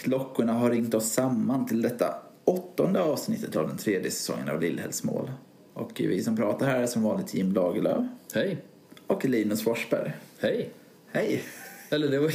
Klockorna har ringt oss samman till detta 8:e avsnittet av den 3:e säsongen av Lillhällsmål. Och vi som pratar här är som vanligt Jim Lagerlöf. Hej. Och Linus Forsberg. Hej. Hej. Eller det var...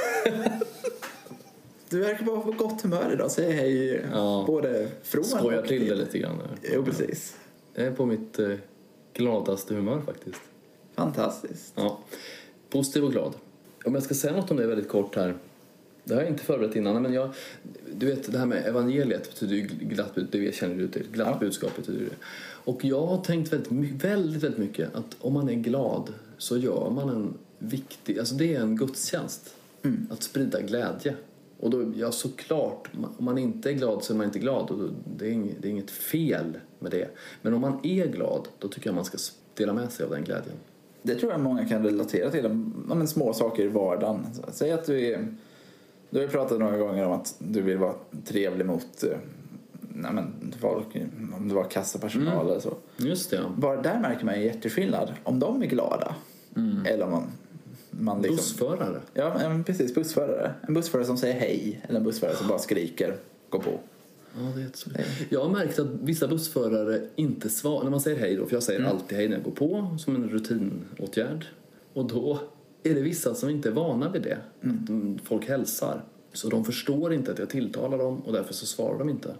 Du verkar bara på gott humör idag. Säg hej både från skojar och till det lite grann. Jo, precis. Jag är på mitt gladaste humör faktiskt. Fantastiskt. Ja, positiv och glad. Om jag ska säga något om det väldigt kort här. Det har jag inte förberett innan, men du vet, det här med evangeliet betyder ju glatt, det känner du till. Glatt budskap betyder det. Och jag har tänkt väldigt mycket att om man är glad så gör man en viktig, alltså det är en gudstjänst. Att sprida glädje. Och då, ja, såklart, om man inte är glad så är man inte glad, och det är inget fel med det. Men om man är glad, då tycker jag man ska dela med sig av den glädjen. Det tror jag många kan relatera till, men små saker i vardagen. Säg att du har pratat några gånger om att du vill vara trevlig mot folk, om det var kassapersonal eller så. Just det. Bara där märker man en jätteskillnad. Om de är glada eller om man liksom... Bussförare. Ja, men precis, bussförare. En bussförare som säger hej eller en bussförare som bara skriker, gå på. Ja, det är så. Jag har märkt att vissa bussförare inte svarar när man säger hej då, för jag säger alltid hej när jag går på som en rutinåtgärd. Och då är det vissa som inte är vana vid det. Att folk hälsar. Så de förstår inte att jag tilltalar dem och därför så svarar de inte.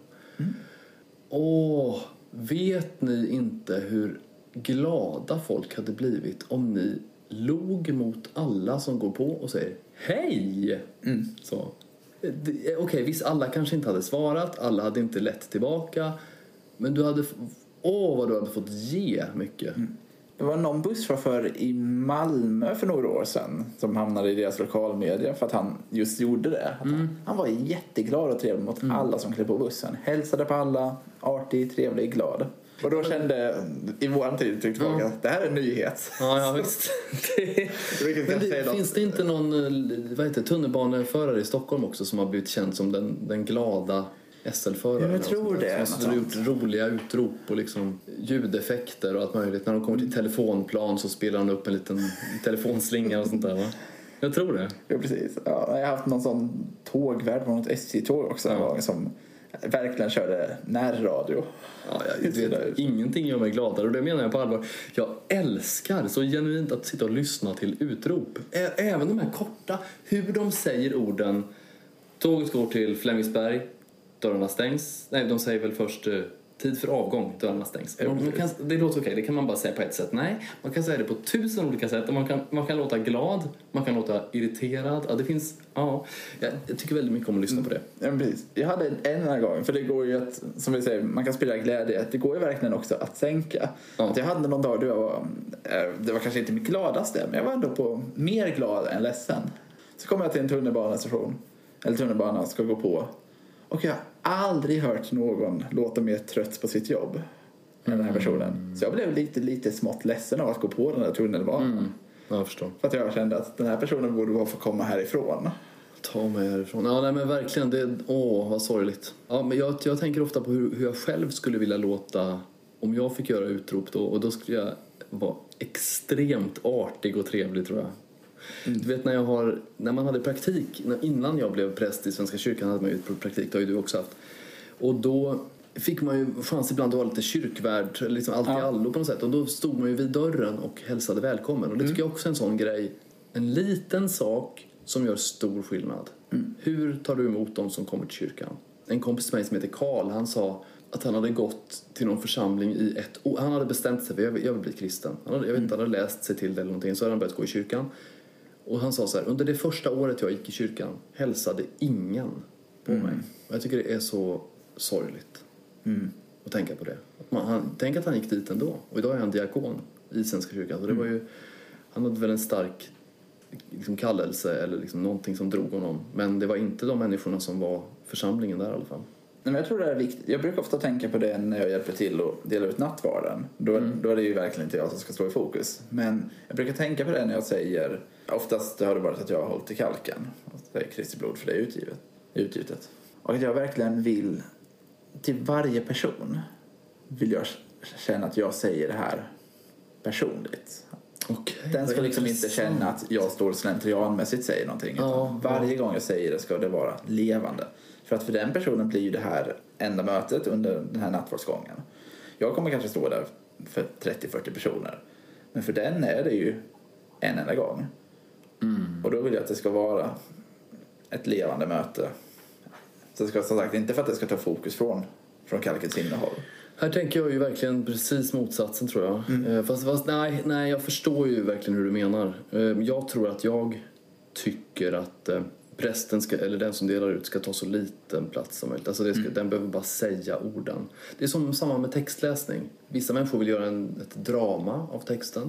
Vet ni inte hur glada folk hade blivit om ni log mot alla som går på och säger hej? Så. Okej, visst, alla kanske inte hade svarat, alla hade inte lett tillbaka, men du hade vad du hade fått ge mycket. Det var någon busschaufför i Malmö för några år sedan som hamnade i deras lokalmedia för att han just gjorde det. Han var jätteglad och trevlig mot alla som klev på bussen. Hälsade på alla, artig, trevlig, glad. Och då kände, i våran tid tyckte folk att det här är en nyhet. Ja, visst. Finns det inte någon tunnelbaneförare i Stockholm också som har blivit känd som den glada SL-föraren? Jag tror det. Som har gjort roliga utrop och liksom ljudeffekter och allt möjligt. När de kommer till telefonplan så spelar han upp en liten telefonslinga och sånt där, va? Jag tror det. Ja, precis. Ja, jag har haft någon sån tågvärd på något SJ-tåg också som verkligen körde närradio. Ja, ingenting gör mig gladare, och det menar jag på allvar. Jag älskar så genuint att sitta och lyssna till utrop. Även de här korta, hur de säger orden. Tåget går till Flemingsberg, dörrarna stängs. Nej, de säger väl först tid för avgång, dörrarna stängs. Det låter okej, det kan man bara säga på ett sätt. Nej, man kan säga det på 1000 olika sätt. Och man kan låta glad, man kan låta irriterad. Ja, det finns, jag tycker väldigt mycket om att lyssna på det. Ja, precis. Jag hade en gång, för det går ju att, som vi säger, man kan sprida glädje. Det går ju verkligen också att sänka. Ja. Jag hade någon dag då det var kanske inte mitt gladaste, men jag var ändå på mer glad än ledsen. Så kom jag till en tunnelbanestation, eller tunnelbanan ska gå på. Och jag har aldrig hört någon låta mer trött på sitt jobb än den här personen. Så jag blev lite smått ledsen av att gå på den där tunnelbanan. Jag förstår. För att jag kände att den här personen borde få komma härifrån. Ta mig härifrån. Ja, nej, men verkligen. Vad sorgligt. Ja, men jag tänker ofta på hur jag själv skulle vilja låta om jag fick göra utrop då. Och då skulle jag vara extremt artig och trevlig, tror jag. Du vet, när man hade praktik, innan jag blev präst i Svenska kyrkan hade man ju praktik, det har ju du också haft. Och då fick man ju chans ibland att vara lite kyrkvärd, liksom allt i allo på något sätt. Och då stod man ju vid dörren och hälsade välkommen. Och det tycker jag också är en sån grej, en liten sak som gör stor skillnad. Hur tar du emot dem som kommer till kyrkan? En kompis med mig som heter Karl, han sa att han hade gått till någon församling i ett år. Han hade bestämt sig för jag vill bli kristen. Jag vet inte, han hade läst sig till det eller någonting, så hade han börjat gå i kyrkan. Och han sa så här: under det första året jag gick i kyrkan hälsade ingen på mig. Och jag tycker det är så sorgligt att tänka på det. Tänk att han gick dit ändå. Och idag är han diakon i Svenska kyrkan. Så det var ju, han hade väl en stark liksom, kallelse eller liksom, någonting som drog honom. Men det var inte de människorna som var församlingen där i alla fall. Men jag tror det är viktigt. Jag brukar ofta tänka på det när jag hjälper till att dela ut nattvarden. Då är det ju verkligen inte jag som ska stå i fokus. Men jag brukar tänka på det när jag säger, oftast har det varit att jag har hållit i kalken. Det är Kristi blod, för det är utgjutet. Och att jag verkligen vill, till varje person vill jag känna att jag säger det här personligt. Okay, den ska liksom inte känna att jag står slentrianmässigt säger någonting. Varje gång jag säger det ska det vara levande. För att för den personen blir ju det här enda mötet under den här nattvardsgången. Jag kommer kanske stå där för 30-40 personer. Men för den är det ju en enda gång. Och då vill jag att det ska vara ett levande möte. Så det ska som sagt inte för att det ska ta fokus från kalkets innehåll. Här tänker jag ju verkligen precis motsatsen, tror jag. Fast nej, jag förstår ju verkligen hur du menar. Jag tror att jag tycker att prästen eller den som delar ut ska ta så liten plats som möjligt. Alltså den behöver bara säga orden. Det är som samma med textläsning. Vissa människor vill göra ett drama av texten.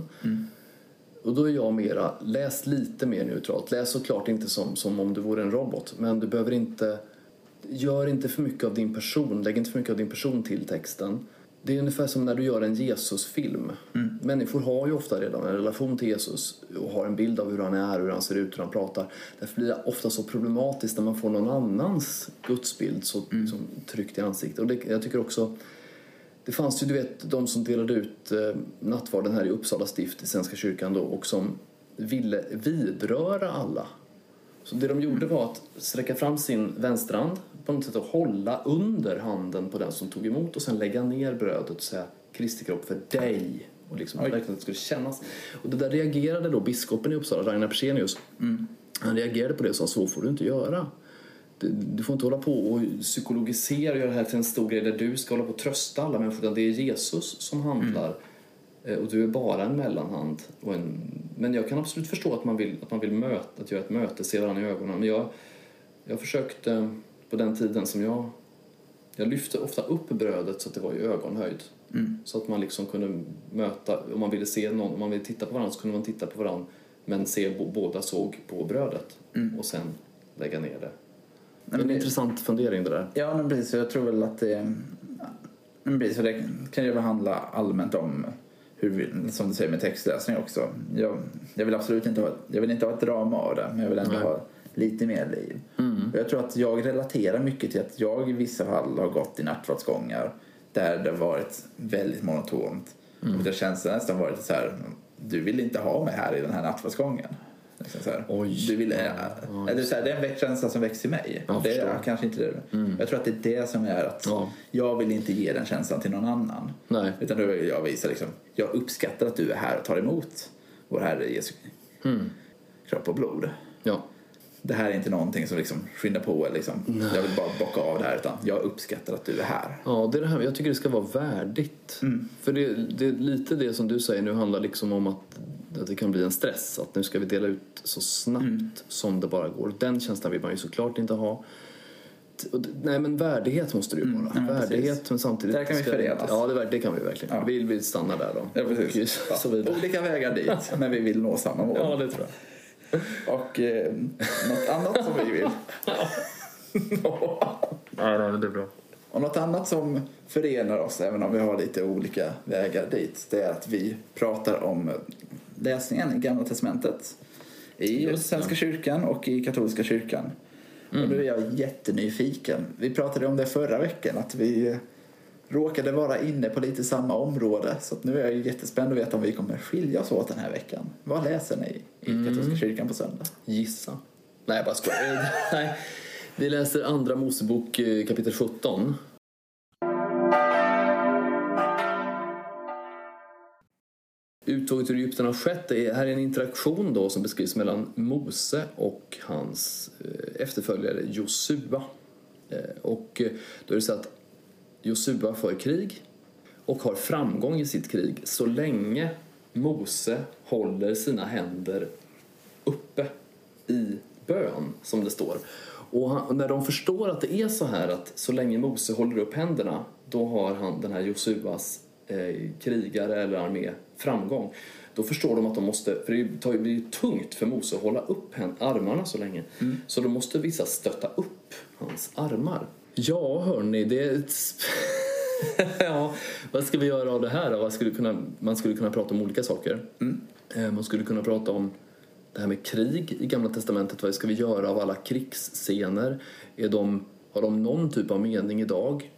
Och då är jag mera, läs lite mer neutralt. Läs såklart inte som om du vore en robot. Men du behöver inte, gör inte för mycket av din person. Lägg inte för mycket av din person till texten. Det är ungefär som när du gör en Jesusfilm. Människor har ju ofta redan en relation till Jesus och har en bild av hur han är, hur han ser ut, hur han pratar. Därför blir det ofta så problematiskt när man får någon annans gudsbild så som tryckt i ansiktet. Och jag tycker också, det fanns ju, du vet, de som delade ut nattvarden här i Uppsala stift i Svenska kyrkan då, och som ville vidröra alla. Så det de gjorde var att sträcka fram sin vänsterhand på något sätt och hålla under handen på den som tog emot och sen lägga ner brödet och säga Kristi kropp för dig. Och liksom verkligen att det skulle kännas. Och det där reagerade då biskopen i Uppsala, Ragnar Persenius. Han reagerade på det och sa, så får du inte göra. Du får inte hålla på och psykologisera och göra det här till en stor grej där du ska hålla på och trösta alla människor. Utan det är Jesus som handlar. Och du är bara en mellanhand. Men jag kan absolut förstå att man vill möta, att göra ett möte, se varandra i ögonen. Men jag försökte på den tiden som jag lyfte ofta upp brödet så att det var i ögonhöjd. Så att man liksom kunde möta, om man ville se någon, om man ville titta på varandra så kunde man titta på varandra. Men båda såg på brödet och sen lägga ner det. Det är en intressant fundering det där. Ja, men precis. Jag tror väl att det kan ju handla allmänt om hur vi, som du säger med textläsning också. Jag vill absolut inte ha ett drama av det, men jag vill ändå ha lite mer liv. Jag tror att jag relaterar mycket till att jag i vissa fall har gått i nattvardsgångar där det har varit väldigt monotont. Och det känns nästan varit så här, du vill inte ha mig här i den här nattvardsgången. Du vill, det är en känsla som växer i mig. Det är kanske inte det. Jag tror att det är det som är att jag vill inte ge den känslan till någon annan. Nej. Utan då vill jag visa liksom, jag uppskattar att du är här och tar emot vår Herre Jesu kropp och blod. Ja. Det här är inte någonting som liksom skyndar på liksom. Jag vill bara bocka av det här, utan jag uppskattar att du är här. Ja, det är det här. Jag tycker det ska vara värdigt. För det är lite det som du säger nu, handlar liksom om att det kan bli en stress. Att nu ska vi dela ut så snabbt som det bara går. Den känslan vill man ju såklart inte ha. Nej, men värdighet måste det ju vara. Värdighet, precis. Men samtidigt... Där kan vi förenas. Ja, det kan vi verkligen. Ja. Vi vill stanna där då. Ja, precis. Och så vidare. Olika vägar dit, men vi vill nå samma mål. Ja, det tror jag. Och något annat som vi vill. Ja, det är bra. Och något annat som förenar oss, även om vi har lite olika vägar dit, det är att vi pratar om läsningen i Gamla testamentet i Svenska kyrkan och i katolska kyrkan. Och nu är jag jättenyfiken. Vi pratade om det förra veckan, att vi råkade vara inne på lite samma område. Så att nu är jag jättespänd att veta om vi kommer skilja oss åt den här veckan. Vad läser ni i katolska kyrkan på söndag? Gissa. Nej, jag bara skojar. Nej. Vi läser Andra Mosebok kapitel 17. Uttåget ur Egypten har skett. Det här är en interaktion då som beskrivs mellan Mose och hans efterföljare Josua. Och då är det så att Josua för krig och har framgång i sitt krig så länge Mose håller sina händer uppe i bön, som det står. Och när de förstår att det är så här, att så länge Mose håller upp händerna, då har den här Josuas krigare eller armé framgång. Då förstår de att de måste, för det blir tungt för Mose att hålla upp armarna så länge. Så då måste vissa stötta upp hans armar. Ja, hörni, det är ja, vad ska vi göra av det här då? Man skulle kunna prata om olika saker. Man skulle kunna prata om det här med krig i Gamla testamentet. Vad ska vi göra av alla krigsscener? Har de någon typ av mening idag?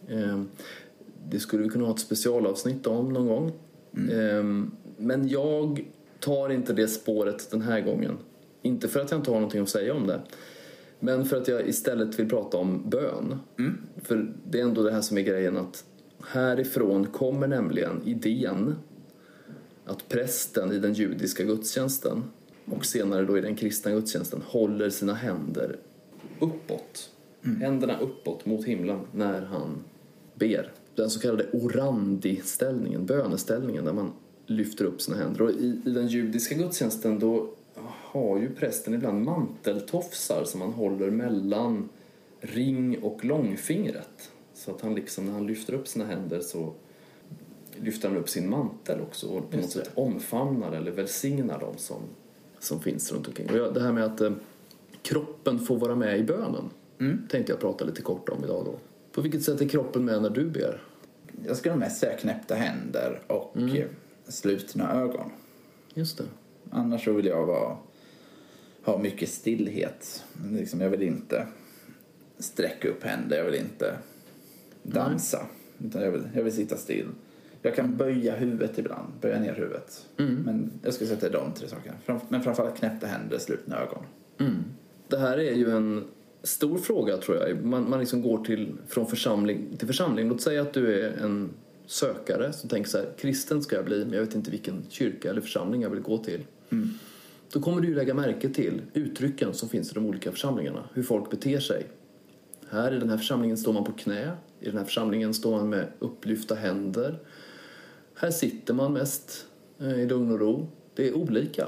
Det skulle vi kunna ha ett specialavsnitt om någon gång. Men jag tar inte det spåret den här gången. Inte för att jag inte har någonting att säga om det, men för att jag istället vill prata om bön. För det är ändå det här som är grejen, att härifrån kommer nämligen idén att prästen i den judiska gudstjänsten och senare då i den kristna gudstjänsten håller sina händer uppåt. Händerna uppåt mot himlen när han ber. Den så kallade orandi-ställningen, böneställningen, där man lyfter upp sina händer. Och i den judiska gudstjänsten då har ju prästen ibland manteltofsar som man håller mellan ring och långfingret. Så att han liksom, när han lyfter upp sina händer så lyfter han upp sin mantel också och på något sätt omfamnar eller välsignar dem som finns runt omkring. Och det här med att kroppen får vara med i bönen tänkte jag prata lite kort om idag då. På vilket sätt är kroppen med när du ber? Jag skulle mest säga knäppta händer och slutna ögon. Just det. Annars så vill jag ha mycket stillhet. Liksom, jag vill inte sträcka upp händer, jag vill inte dansa. Utan jag vill sitta still. Jag kan böja huvudet ibland, böja ner huvudet. Men jag ska sätta de 3 sakerna. Men framförallt knäppta händer, slutna ögon. Det här är ju en stor fråga, tror jag. Man liksom går från församling till församling. Låt säga att du är en sökare som tänker så här: kristen ska jag bli, men jag vet inte vilken kyrka eller församling jag vill gå till. Då kommer du ju lägga märke till uttrycken som finns i de olika församlingarna. Hur folk beter sig. Här i den här församlingen står man på knä. I den här församlingen står man med upplyfta händer. Här sitter man mest i lugn och ro. Det är olika.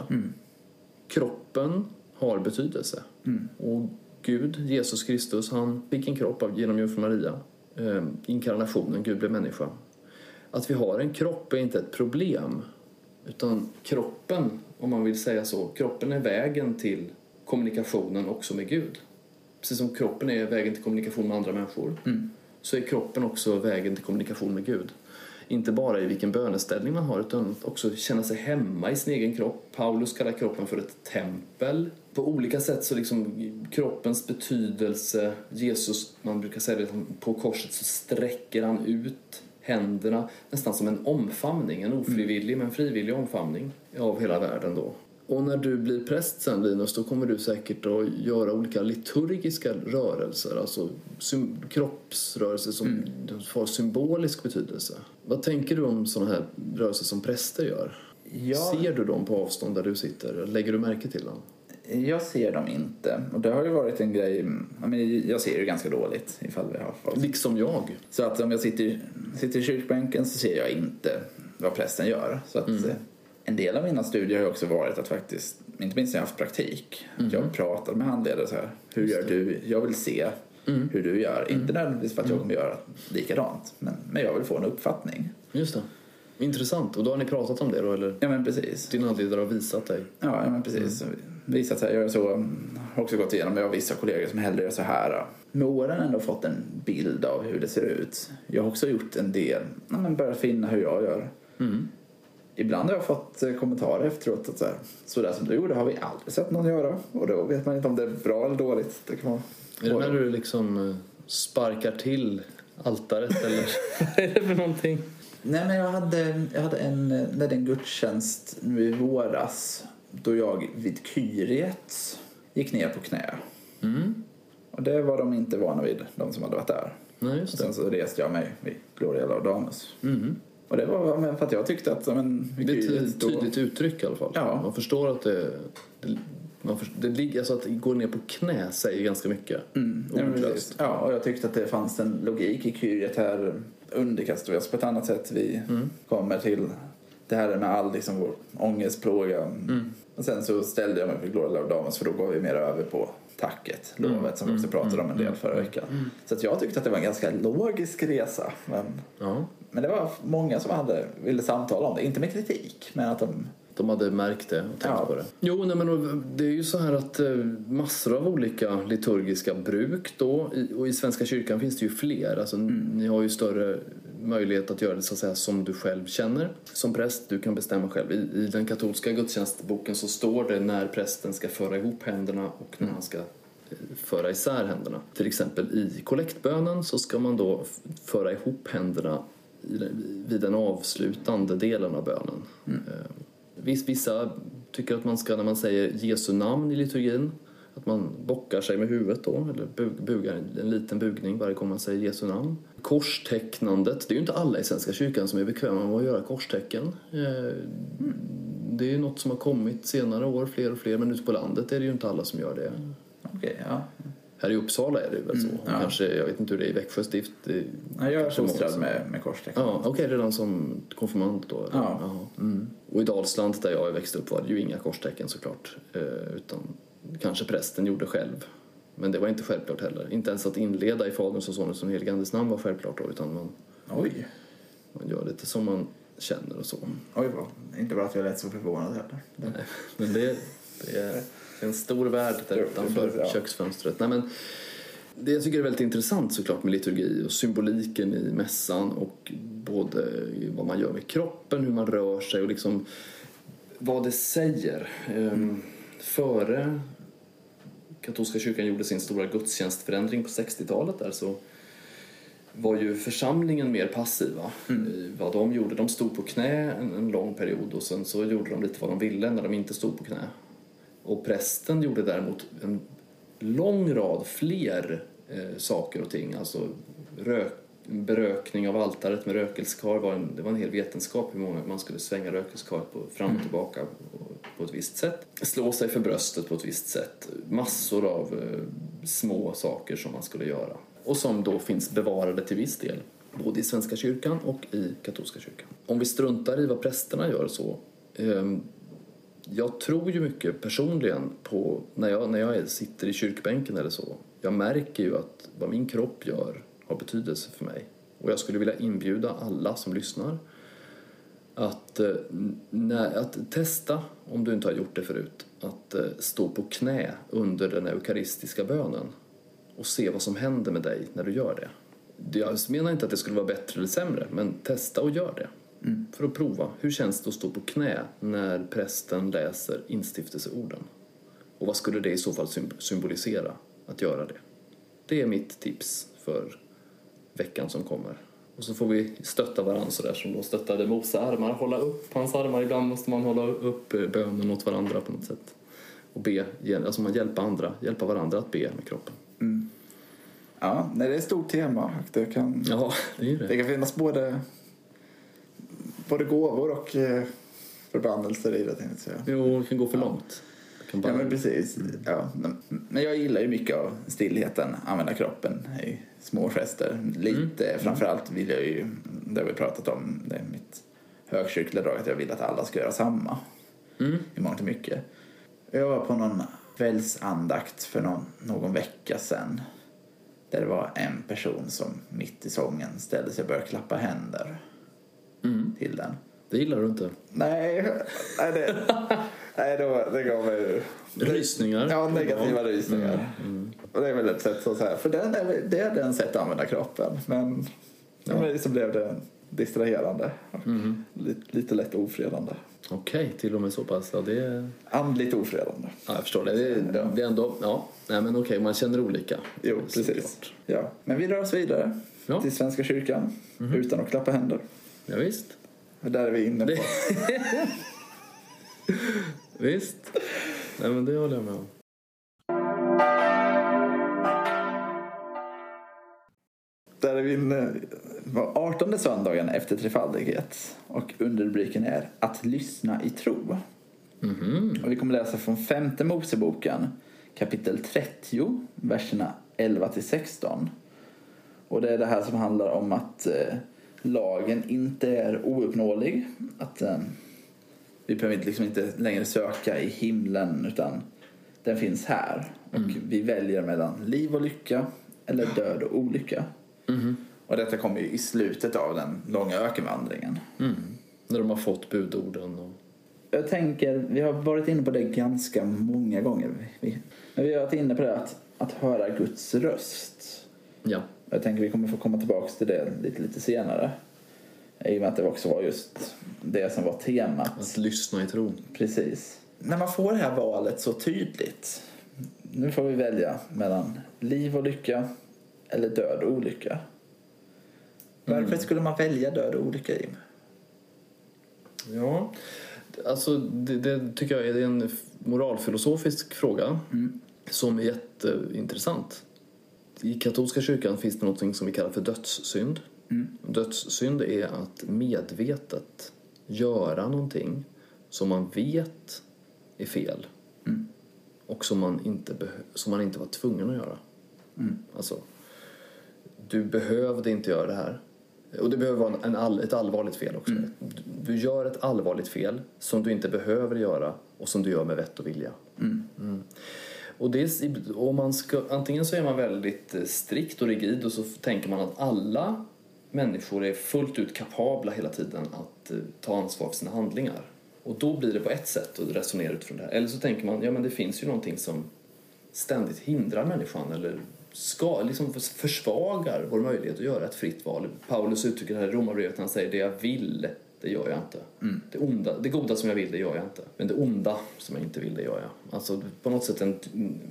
Kroppen har betydelse. Och Gud, Jesus Kristus, han fick en kropp genom jungfru Maria. Inkarnationen, Gud blev människa. Att vi har en kropp är inte ett problem. Utan kroppen, om man vill säga så, kroppen är vägen till kommunikationen också med Gud. Precis som kroppen är vägen till kommunikation med andra människor, så är kroppen också vägen till kommunikation med Gud. Inte bara i vilken böneställning man har, utan också känna sig hemma i sin egen kropp. Paulus kallar kroppen för ett tempel. På olika sätt så liksom kroppens betydelse, Jesus, man brukar säga det, på korset så sträcker han ut händerna nästan som en omfamning, en ofrivillig men frivillig omfamning av hela världen då. Och när du blir präst sen, Linus, då kommer du säkert att göra olika liturgiska rörelser, alltså kroppsrörelser som har symbolisk betydelse. Vad tänker du om sådana här rörelser som präster gör? Ser du dem på avstånd där du sitter? Lägger du märke till dem? Jag ser dem inte. Och det har ju varit en grej. Jag ser ju ganska dåligt ifall vi har folk. Liksom jag. Så att om jag sitter i kyrkbänken så ser jag inte vad prästen gör. Så att en del av mina studier har också varit att faktiskt, inte minst när jag har haft praktik, att jag pratar med handledare så här: hur gör du? Jag vill se hur du gör. Inte nödvändigtvis för att jag kommer göra likadant, men jag vill få en uppfattning. Just det. Intressant. Och då har ni pratat om det då, eller? Ja, men precis. Din handledare har visat dig. Ja, men precis. Visat sig. Jag har också gått igenom, jag har vissa kollegor som hellre gör så här. Med åren ändå fått en bild av hur det ser ut. Jag har också gjort en del, börjat finna hur jag gör. Ibland har jag fått kommentarer efteråt att så där som du gjorde har vi aldrig sett någon göra. Och då vet man inte om det är bra eller dåligt. Det kan vara... Är det när du liksom sparkar till altaret eller vad är det för någonting? Nej, men jag hade en gudstjänst nu i våras då jag vid Kyriet gick ner på knä. Och det var de inte vana vid, de som hade varit där. Nej, just det. Och sen så reste jag mig vid Gloria Laudamus. Och det var för att jag tyckte att... det är ett tydligt uttryck i alla fall. Ja. Man förstår att det ligger, alltså att gå ner på knä säger ganska mycket. Ja, och jag tyckte att det fanns en logik i Kyriet här. Underkastar vi oss på ett annat sätt. Vi kommer till det här med all liksom vår ångestplåga. Och sen så ställde jag mig vid Gloria Laudamus, för då går vi mer över på tacket, lovet, som vi också pratade om en del förra veckan. Så att jag tyckte att det var en ganska logisk resa. Men det var många som ville samtala om det. Inte med kritik, men att de hade märkt det och tänkt på det. Jo, nej, men det är ju så här att massor av olika liturgiska bruk då, och i Svenska kyrkan finns det ju fler. Alltså, ni har ju större möjlighet att göra det så att säga som du själv känner. Som präst, du kan bestämma själv. I den katolska gudstjänstboken så står det när prästen ska föra ihop händerna och när han ska föra isär händerna. Till exempel i kollektbönen så ska man då föra ihop händerna vid den avslutande delen av bönen. Vissa tycker att man ska, när man säger Jesu namn i liturgin, att man bockar sig med huvudet då, eller bugar en liten bugning varje gång man säger Jesu namn. Korstecknandet, det är ju inte alla i Svenska kyrkan som är bekväma med att göra korstecken. Det är ju något som har kommit senare år, fler och fler, men ute på landet är det ju inte alla som gör det. Okej, ja. Här i Uppsala är det väl så. Ja. Kanske, jag vet inte hur det är i Växjö stift. Jag är fostrad med korstecken. Ja, okej, redan som konfirmand då. Ja. Och i Dalsland där jag växte upp var det ju inga korstecken såklart. Utan kanske prästen gjorde själv. Men det var inte självklart heller. Inte ens att inleda i Faderns och Sonens och Helige Andes namn var självklart då. Utan man gör lite som man känner och så. Oj, inte bara att jag lät så förvånad heller. Nej, men det är en stor värld där utanför köksfönstret. Nej, men det jag tycker är väldigt intressant såklart med liturgi och symboliken i mässan och både vad man gör med kroppen, hur man rör sig och liksom vad det säger. Före katolska kyrkan gjorde sin stora gudstjänstförändring på 60-talet där så var ju församlingen mer passiva. Vad de gjorde, de stod på knä en lång period och sen så gjorde de lite vad de ville när de inte stod på knä. Och prästen gjorde däremot en lång rad fler saker och ting. Alltså berökning av altaret med rökelskar det var en hel vetenskap hur många man skulle svänga rökelskar fram och tillbaka på ett visst sätt. Slå sig för bröstet på ett visst sätt. Massor av små saker som man skulle göra. Och som då finns bevarade till viss del. Både i Svenska kyrkan och i katolska kyrkan. Om vi struntar i vad prästerna gör så... Jag tror ju mycket personligen på när jag sitter i kyrkbänken eller så. Jag märker ju att vad min kropp gör har betydelse för mig. Och jag skulle vilja inbjuda alla som lyssnar att testa, om du inte har gjort det förut, att stå på knä under den eukaristiska bönen och se vad som händer med dig när du gör det. Jag menar inte att det skulle vara bättre eller sämre, men testa och gör det. För att prova, hur känns det att stå på knä när prästen läser instiftelseorden? Och vad skulle det i så fall symbolisera att göra det? Det är mitt tips för veckan som kommer. Och så får vi stötta varandra så där som då stöttade Mose armar. Hålla upp hans armar, ibland måste man hålla upp bönen åt varandra på något sätt. Och be, alltså man hjälpa varandra att be med kroppen. Ja, det är ett stort tema. Det kan finnas både gåvor och förbannelser i det, tänkte jag säga. Jo, det kan gå för långt. Ja, men precis. Ja. Men jag gillar ju mycket av stillheten, använda kroppen i små gester. Lite, framförallt vill jag ju, det har vi pratat om, det är mitt högkyrkliga drag, att jag vill att alla ska göra samma. I mångt och mycket. Jag var på någon kvällsandakt för någon vecka sedan. Där det var en person som mitt i sången ställde sig och började klappa händer till den. Det gillar du inte? Nej, det gav mig rysningar. Ja, negativa rysningar. Och det är väl ett sätt så här, för det är den sätt att använda kroppen, men för mig så blev det distraherande. Lite lätt ofredande. Okej, till och med så pass. Ja, det är andligt ofredande. Ja, jag förstår det. Det är ändå, nej men okej, man känner olika. Jo, precis. Ja, men vi rör oss vidare till Svenska kyrkan utan att klappa händer. Ja, visst. Där är vi inne på. Visst. Nej, men det håller jag med om. Där är vi inne på 18:e söndagen efter trefaldighet. Och underrubriken är att lyssna i tro. Och vi kommer läsa från 5:e Moseboken, kapitel 30, verserna 11-16. Och det är det här som handlar om att lagen inte är ouppnåelig. Att vi behöver liksom inte längre söka i himlen, utan den finns här. Och vi väljer mellan liv och lycka eller död och olycka. Och detta kommer ju i slutet av den långa ökenvandringen. När de har fått budorden. Och... Jag tänker, vi har varit inne på det ganska många gånger. Men vi har varit inne på det att höra Guds röst. Ja. Jag tänker vi kommer få komma tillbaka till det lite senare. I och med att det också var just det som var temat. Att lyssna i tro. Precis. När man får det här valet så tydligt. Nu får vi välja mellan liv och lycka eller död och olycka. Varför skulle man välja död och olycka, Jim? Ja, Alltså, det tycker jag är en moralfilosofisk fråga som är jätteintressant. I katolska kyrkan finns det något som vi kallar för dödssynd. Dödssynd är att medvetet göra någonting som man vet är fel och som man inte var tvungen att göra. Alltså, du behövde inte göra det här. Och det behöver vara ett allvarligt fel också. Du gör ett allvarligt fel som du inte behöver göra och som du gör med vett och vilja. Och antingen så är man väldigt strikt och rigid och så tänker man att alla människor är fullt ut kapabla hela tiden att ta ansvar för sina handlingar. Och då blir det på ett sätt att resonera utifrån det här. Eller så tänker man, ja men det finns ju någonting som ständigt hindrar människan eller liksom försvagar vår möjlighet att göra ett fritt val. Paulus uttrycker här i Romarbrevet, han säger det jag vill, det gör jag inte. Det goda som jag vill, det gör jag inte. Men det onda som jag inte vill, det gör jag. Alltså på något sätt en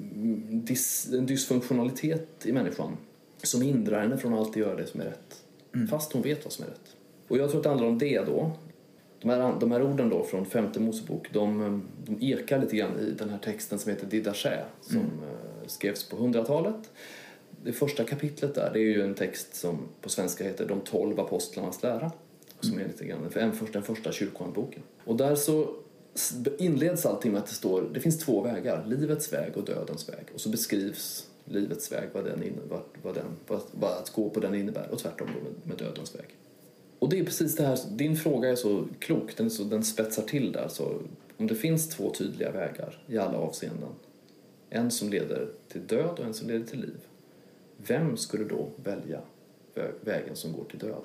dysfunktionalitet i människan som hindrar henne från att alltid göra det som är rätt. Fast hon vet vad som är rätt. Och jag tror att det handlar om det då. De här orden då från 5:e Mosebok, de ekar lite grann i den här texten som heter Didache som skrevs på 100-talet. Det första kapitlet där, det är ju en text som på svenska heter De 12 apostlarnas lära. Som är lite grann den första kyrkohandboken. Och där så inleds allting med att det finns 2 vägar, livets väg och dödens väg. Och så beskrivs livets väg, vad att gå på den innebär, och tvärtom då med dödens väg. Och det är precis det här, din fråga är så klok, den spetsar till där. Så om det finns 2 tydliga vägar i alla avseenden, en som leder till död och en som leder till liv, vem skulle då välja vägen som går till död?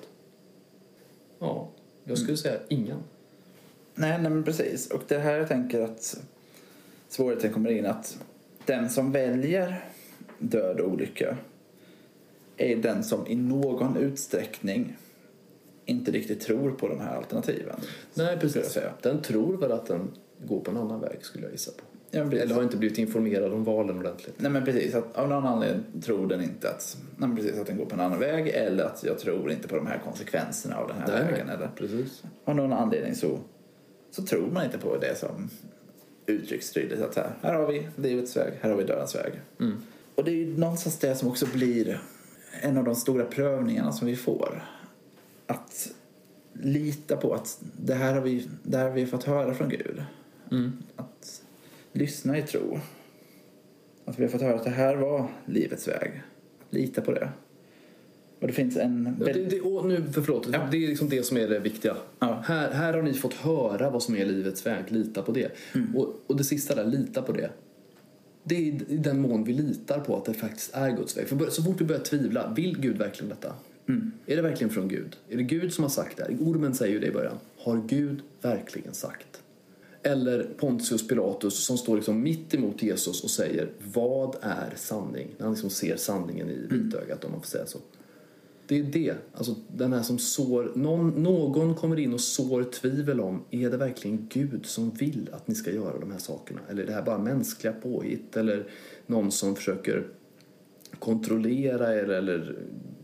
Ja, jag skulle säga ingen. Nej, men precis. Och det här jag tänker att svårigheten kommer in att den som väljer död och olycka är den som i någon utsträckning inte riktigt tror på de här alternativen. Nej, precis. Den tror väl att den går på en annan väg, skulle jag gissa på. Ja, eller har inte blivit informerad om valen ordentligt. Nej, men precis. Att av någon anledning tror den inte att den går på en annan väg, eller att jag tror inte på de här konsekvenserna av den här vägen. Eller. Precis. Av någon anledning så tror man inte på det som uttrycks tydligt. Att här har vi livets väg, här har vi dödens väg. Och det är ju någonstans det som också blir en av de stora prövningarna som vi får. Att lita på att det här har vi fått höra från Gud. Att lyssna i tro. Att vi har fått höra att det här var livets väg. Lita på det. Och det finns en... Det är liksom det som är det viktiga. Ja. Här har ni fått höra vad som är livets väg. Lita på det. Och det sista där, lita på det. Det är i den mån vi litar på att det faktiskt är Guds väg. För så fort vi börjar tvivla, vill Gud verkligen detta? Är det verkligen från Gud? Är det Gud som har sagt det? Ormen säger ju det i början. Har Gud verkligen sagt? Eller Pontius Pilatus som står liksom mitt emot Jesus och säger, vad är sanning? När han liksom ser sanningen i vitögat, om man får säga så. Det är det. Alltså den här som sår, någon kommer in och sår tvivel om, är det verkligen Gud som vill att ni ska göra de här sakerna? Eller är det här bara mänskliga påhitt? Eller någon som försöker kontrollera er eller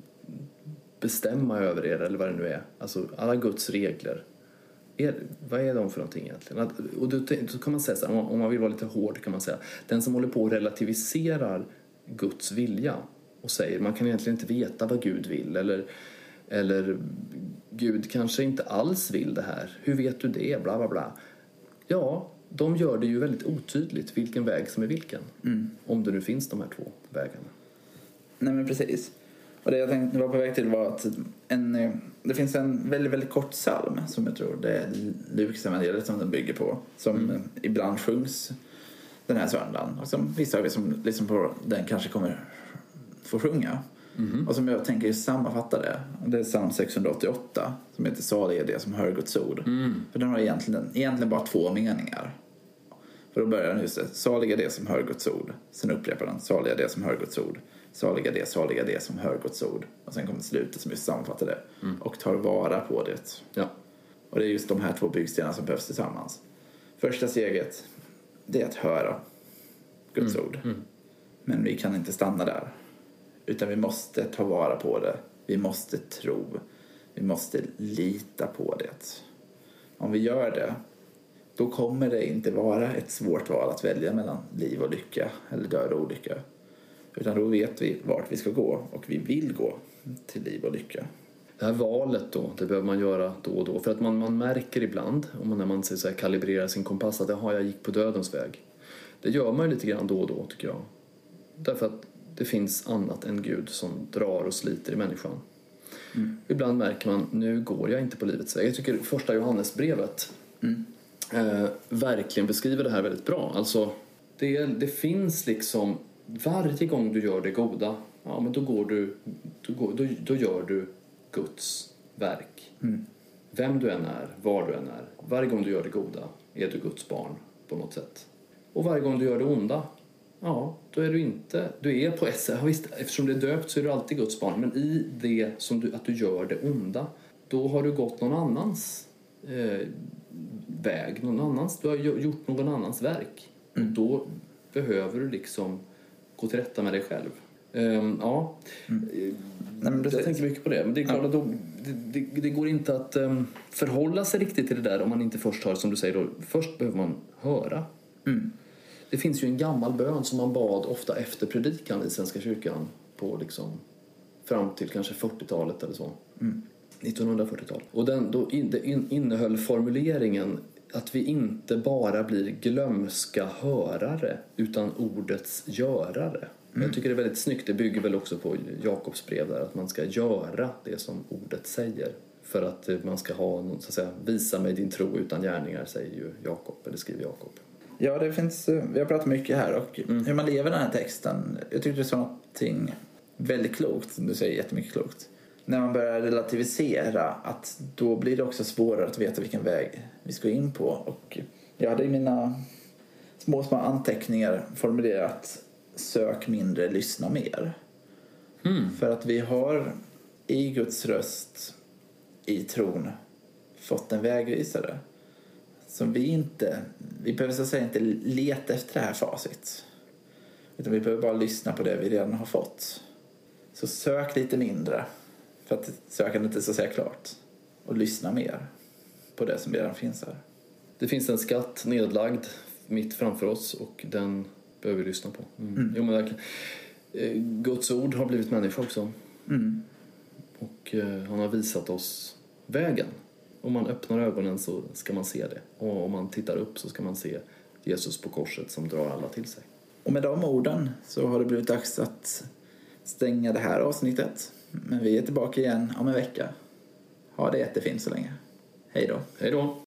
bestämma över er, eller vad det nu är. Alltså alla Guds regler. Vad är de för någonting egentligen? Och då kan man säga så här, om man vill vara lite hård kan man säga, den som håller på och relativiserar Guds vilja och säger man kan egentligen inte veta vad Gud vill, eller Gud kanske inte alls vill det här. Hur vet du det? Bla bla bla. Ja, de gör det ju väldigt otydligt vilken väg som är vilken. Om det nu finns de här 2 vägarna. Nej, men precis. Och det jag tänkte vara på väg till var att det finns en väldigt, väldigt kort psalm som jag tror det är Lukas evangeliet som den bygger på. Som ibland sjungs den här söndagen. Och som vissa av er som liksom på den kanske kommer få sjunga. Och som jag tänker sammanfatta det. Det är psalm 688 som heter Salig är det som hör Guds ord. För den har egentligen bara 2 meningar. För då börjar den just det. Salig är det som hör Guds ord. Sen upprepar den. Salig är det som hör Guds ord. Salig är det som hör Guds ord. Och sen kommer slutet som just sammanfattar det. Och tar vara på det. Ja. Och det är just de här 2 byggstenarna som behövs tillsammans. Första steget, det är att höra Guds ord. Men vi kan inte stanna där. Utan vi måste ta vara på det. Vi måste tro. Vi måste lita på det. Om vi gör det, då kommer det inte vara ett svårt val att välja mellan liv och lycka eller död och olycka. Utan då vet vi vart vi ska gå och vi vill gå till liv och lycka. Det här valet då, det behöver man göra då och då. För att man märker ibland, när man så här, kalibrerar sin kompass, att jag gick på dödens väg. Det gör man ju lite grann då och då, tycker jag. Därför att det finns annat än Gud som drar och sliter i människan. Ibland märker man, nu går jag inte på livets väg. Jag tycker första Johannesbrevet verkligen beskriver det här väldigt bra. Alltså, det finns liksom, varje gång du gör det goda, ja, men då gör du Guds verk. Vem du än är, var du än är. Varje gång du gör det goda är du Guds barn på något sätt. Och varje gång du gör det onda, ja, då är du inte... Du är på ett sätt, visst, eftersom det är döpt så är du alltid Guds barn. Men i det att du gör det onda, då har du gått någon annans väg. Du har gjort någon annans verk. Och då behöver du liksom gå till rätta med dig själv. Jag tänker mycket på det. Men det är klart att det går inte att förhålla sig riktigt till det där om man inte först har, som du säger, då, först behöver man höra. Det finns ju en gammal bön som man bad ofta efter predikan i Svenska kyrkan på liksom fram till kanske 40-talet eller så. 1940-tal. Och det innehöll formuleringen att vi inte bara blir glömska hörare utan ordets görare. Jag tycker det är väldigt snyggt. Det bygger väl också på Jakobs brev där, att man ska göra det som ordet säger. För att man ska ha någon, så att säga, visa mig din tro utan gärningar, säger ju Jakob, eller skriver Jakob. Ja, det finns, vi har pratat mycket här och hur man lever den här texten. Jag tycker det är så någonting väldigt klokt, som du säger, jättemycket klokt. När man börjar relativisera, att då blir det också svårare att veta vilken väg vi ska in på. Och jag hade i mina små anteckningar formulerat: sök mindre, lyssna mer. För att vi har i Guds röst, i tron, fått en vägvisare. Som vi behöver så att säga inte leta efter det här facit. Utan vi behöver bara lyssna på det vi redan har fått. Så sök lite mindre, för att sökandet inte är så att säga klart. Och lyssna mer på det som redan finns här. Det finns en skatt nedlagd mitt framför oss och den behöver vi lyssna på. Jo, men verkligen. Guds ord har blivit människa också. Och han har visat oss vägen. Om man öppnar ögonen så ska man se det. Och om man tittar upp så ska man se Jesus på korset som drar alla till sig. Och med de orden så har det blivit dags att stänga det här avsnittet. Men vi är tillbaka igen om en vecka. Ha det jättefint så länge. Hej då. Hej då.